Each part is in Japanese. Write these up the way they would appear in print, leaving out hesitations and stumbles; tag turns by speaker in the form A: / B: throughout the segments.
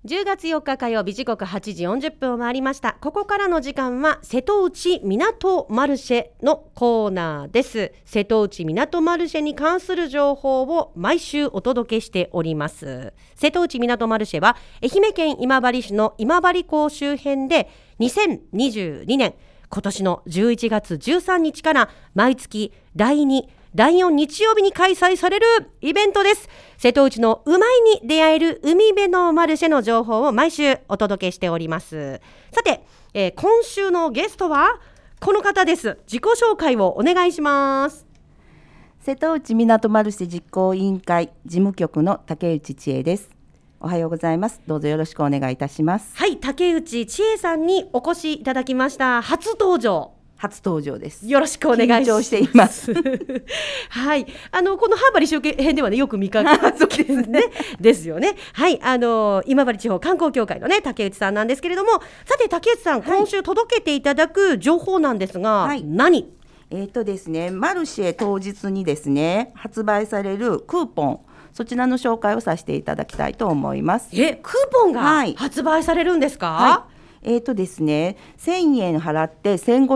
A: 10月4日火曜日、時刻8時40分を回りました。ここからの時間は瀬戸内港マルシェのコーナーです。瀬戸内港マルシェに関する情報を毎週お届けしております。瀬戸内港マルシェは愛媛県今治市の今治港周辺で2022年今年の11月13日から毎月第2第4日曜日に開催されるイベントです。瀬戸内のうまいに出会える海辺のマルシェの情報を毎週お届けしております。さて、今週のゲストはこの方です。自己紹介をお願いします。
B: 瀬戸内港マルシェ実行委員会事務局の竹内千恵です。おはようございます。どうぞよろしくお願いいたします。
A: はい、竹内千恵さんにお越しいただきました。初登場
B: です。
A: よろしくお願いします。
B: 緊張しています
A: はい、このハーバリ周辺ではねよく見かけそうですねですよね。はい、今治地方観光協会のね竹内さんなんですけれども、さて竹内さん、今週届けていただく情報なんですが、
B: はい、
A: 何
B: ですね、マルシェ当日にですね発売されるクーポン、そちらの紹介をさせていただきたいと思います。
A: クーポンが発売されるんですか？
B: はい、ですね、1000円払って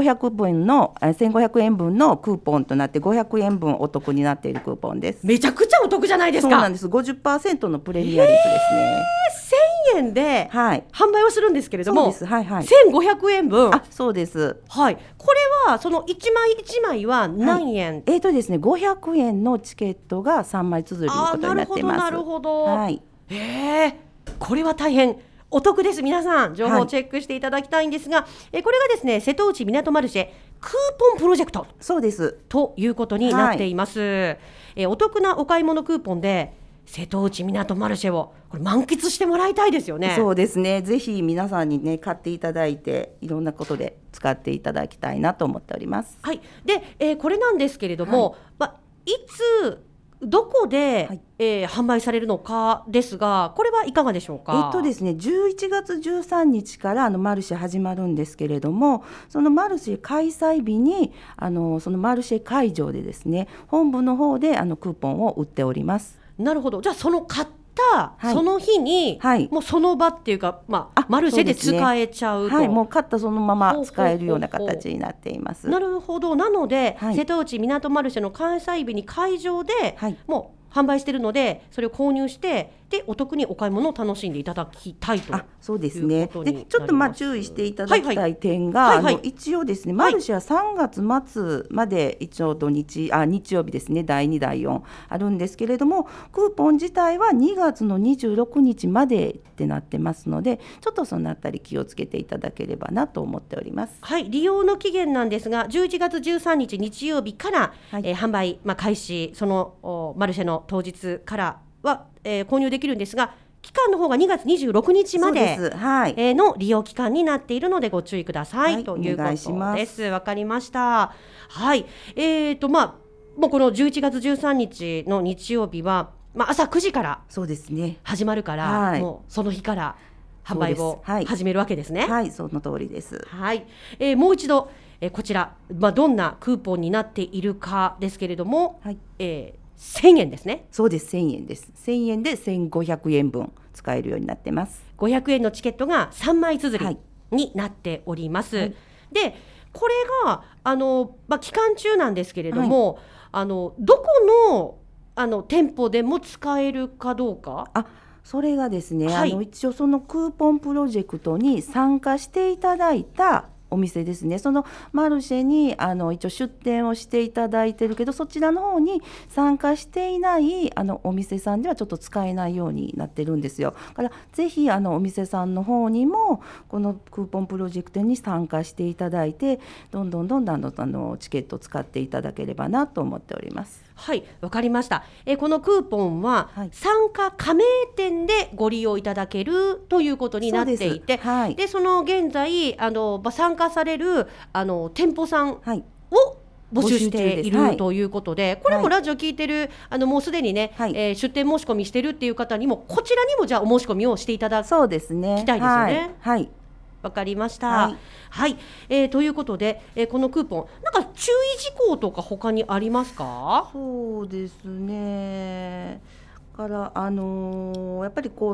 B: 1500円分のクーポンとなって500円分お得になっているクーポンです。
A: めちゃくちゃお得じゃないですか。
B: そうなんです。 50% のプレミア率ですね。
A: 1000円で販売をするんですけれども、
B: そうです、はいはい、
A: 1500円分。
B: そうです、
A: はい、これはその1枚1枚は何円？
B: ですね、500円のチケットが3枚綴ることになっています。
A: なるほど、
B: はい、
A: これは大変お得です。皆さん情報をチェックしていただきたいんですが、これがですね瀬戸内港マルシェクーポンプロジェクト、
B: そうです
A: ということになっています。お得なお買い物クーポンで瀬戸内港マルシェをこれ満喫してもらいたいですよね。
B: そうですね、ぜひ皆さんにね買っていただいていろんなことで使っていただきたいなと思っております。
A: はい、で、これなんですけれども、いつどこで、販売されるのかですが、これはいかがでしょうか？
B: ですね、11月13日からマルシェ始まるんですけれども、そのマルシェ開催日にそのマルシェ会場でですね本部の方でクーポンを売っております。
A: なるほど。じゃあその買ったその日に、もうその場っていうか、マルシェで使えちゃうと、
B: もう買ったそのまま使えるような形になっています。
A: なるほど。なので、瀬戸内港マルシェの開催日に会場で、もう販売しているので、それを購入してでお得にお買い物を楽しんでいただきたいと。
B: そうですね。でちょっと注意していただきたい点が、一応ですねマルシェは3月末まで一応日曜日ですね、第2第4あるんですけれども、クーポン自体は2月の26日までってなってますので、ちょっとそのあたり気をつけていただければなと思っております。
A: はい、利用の期限なんですが11月13日日曜日から、販売、開始、そのマルシェの当日からは、購入できるんですが、期間の方が2月26日までの利用期間になっているのでご注意ください、ということです。わかりました。はい、もうこの11月13日の日曜日は、朝9時から始まるから、もうその日から販売を始めるわけですね。
B: はい、その通りです。
A: はい、もう一度、こちら、どんなクーポンになっているかですけれども、1000円ですね。
B: そうです、1000円です。1000円で1500円分使えるようになってます。
A: 500円のチケットが3枚綴りになっております。でこれが期間中なんですけれども、どこの店舗でも使えるかどうか。
B: それがですね、一応そのクーポンプロジェクトに参加していただいたお店ですね、そのマルシェに一応出店をしていただいてるけど、そちらの方に参加していないお店さんではちょっと使えないようになってるんですよ。だからぜひお店さんの方にもこのクーポンプロジェクトに参加していただいて、どんどんチケットを使っていただければなと思っております。
A: はい、わかりました。このクーポンは参加加盟店でご利用いただけるということになっていて、でその現在参加される店舗さんを募集しているということで、これもラジオ聞いてるもうすでにね、出店申し込みしてるっていう方にもこちらにもじゃあお申し込みをしていただきたいですよね。わかりました。ということで、このクーポンなんか注意事項とか他にありますか？
B: そうですね。からやっぱり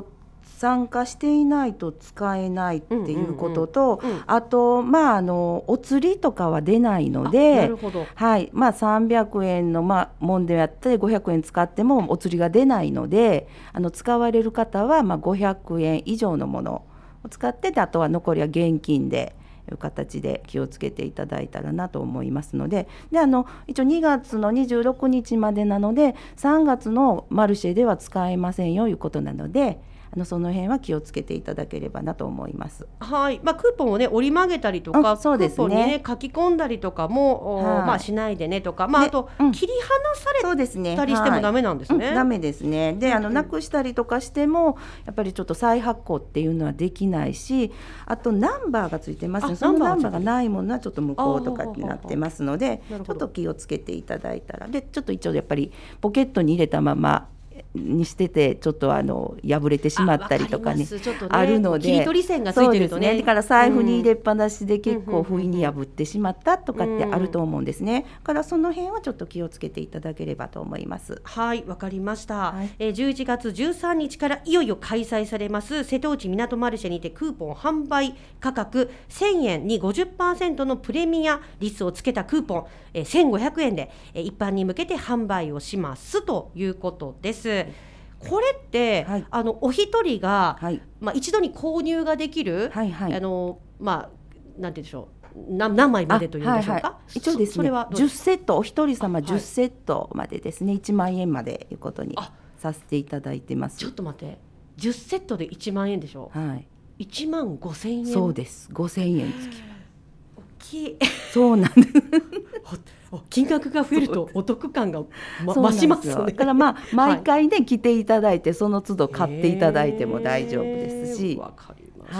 B: 参加していないと使えないっていうことと、あと、お釣りとかは出ないので、
A: なるほど、
B: はい、300円のもんでやったり500円使ってもお釣りが出ないので、使われる方は500円以上のものを使って、あとは残りは現金でいう形で気をつけていただいたらなと思いますので、一応2月の26日までなので、3月のマルシェでは使えませんよということなので、その辺は気をつけていただければなと思います。
A: はい、クーポンをね折り曲げたりとか、
B: そうですね、
A: クーポンにね書き込んだりとかも、しないでねとか、あと、切り離されたりしてもダメなんですね。
B: ダメですね。で、なくしたりとかしてもやっぱりちょっと再発行っていうのはできないし、あとナンバーがついてますね。そのナンバーがないものはちょっと無効とかになってますので、ちょっと気をつけていただいたら、でちょっと一応やっぱりポケットに入れたままにしてて、ちょっと破れてしまったりとかね、あるので、
A: 切り取り線がついてるとね、
B: だから財布に入れっぱなしで結構不意に破ってしまったとかってあると思うんですね。だからその辺はちょっと気をつけていただければと思います。
A: はい、わかりました。11月13日からいよいよ開催されます瀬戸内港マルシェにてクーポン販売価格1000円に 50% のプレミア率をつけたクーポン、1500円で一般に向けて販売をしますということです。これって、お一人が、一度に購入ができる、なんて言うんでしょう、何枚までというんでしょうか。
B: 一応ですね、10セット、お一人様10セットまでですね、1万円までいうことにさせていただいてます。
A: ちょっと待って、10セットで1万円でしょ。1万5000円。
B: そうです、5000円付き。
A: 大きい。
B: そうなんです
A: 金額が増えるとお得感が、増しますよね。
B: だから毎回ね、来ていただいてその都度買っていただいても大丈夫ですし。
A: わかりました。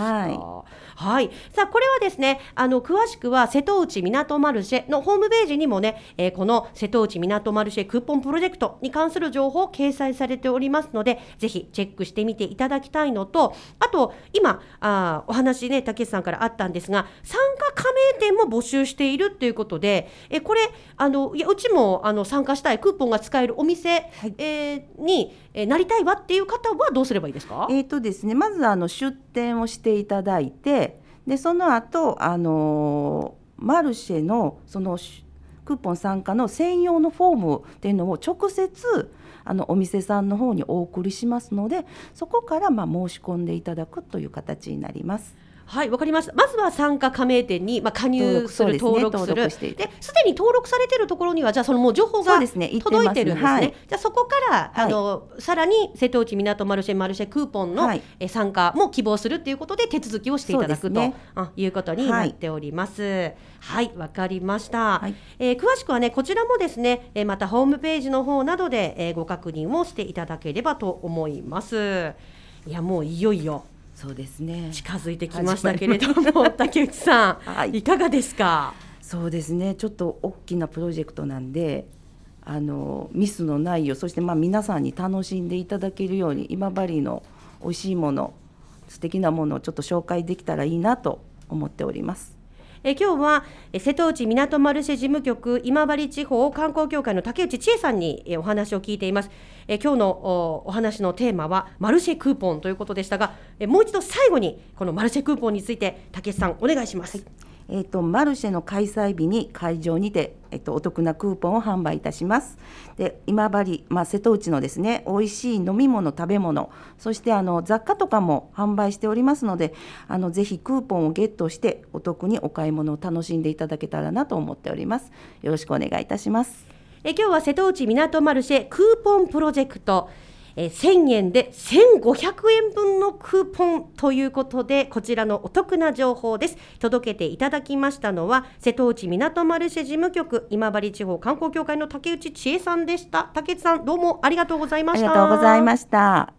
A: さあこれはですね、詳しくは瀬戸内港マルシェのホームページにもね、この瀬戸内港マルシェクーポンプロジェクトに関する情報を掲載されておりますので、ぜひチェックしてみていただきたいのと、あと今お話ね、竹内さんからあったんですが、参加加盟店も募集しているということで、これうちも参加したい、クーポンが使えるお店、になりたいわっていう方はどうすればいいですか？
B: ですね、まず出店をしていただいて、でその後マルシェのそのクーポン参加の専用のフォームっていうのを直接お店さんの方にお送りしますので、そこから申し込んでいただくという形になります。
A: はい、わかりました。まずは参加加盟店に加入する、登録する。ですで、すでに登録されているところにはじゃあそのもう情報が届いてるんですね。じゃあそこからさらに瀬戸内港マルシェクーポンの、参加も希望するっていうことで手続きをしていただくと、いうことになっております。はい、わかりました。詳しくはね、こちらもですね、またホームページの方などで、ご確認をしていただければと思います。いや、もういよいよ
B: そうですね、
A: 近づいてきましたけれども竹内さん、いかがですか？
B: そうですね、ちょっと大きなプロジェクトなんでミスのないよう、そして皆さんに楽しんでいただけるように今治の美味しいもの、素敵なものをちょっと紹介できたらいいなと思っております。
A: 今日は瀬戸内港マルシェ事務局今治地方観光協会の竹内千恵さんにお話を聞いています。今日のお話のテーマはマルシェクーポンということでしたが、もう一度最後にこのマルシェクーポンについて竹内さんお願いします。
B: マルシェの開催日に会場にて、お得なクーポンを販売いたします。で、今治、瀬戸内のですね、美味しい飲み物、食べ物、そして雑貨とかも販売しておりますので、ぜひクーポンをゲットしてお得にお買い物を楽しんでいただけたらなと思っております。よろしくお願いいたします。
A: 今日は瀬戸内港マルシェクーポンプロジェクト、1000円で1500円分のクーポンということで、こちらのお得な情報です。届けていただきましたのは瀬戸内港マルシェ事務局今治地方観光協会の竹内千恵さんでした。竹内さん、どうもありがとうございました。
B: ありがとうございました。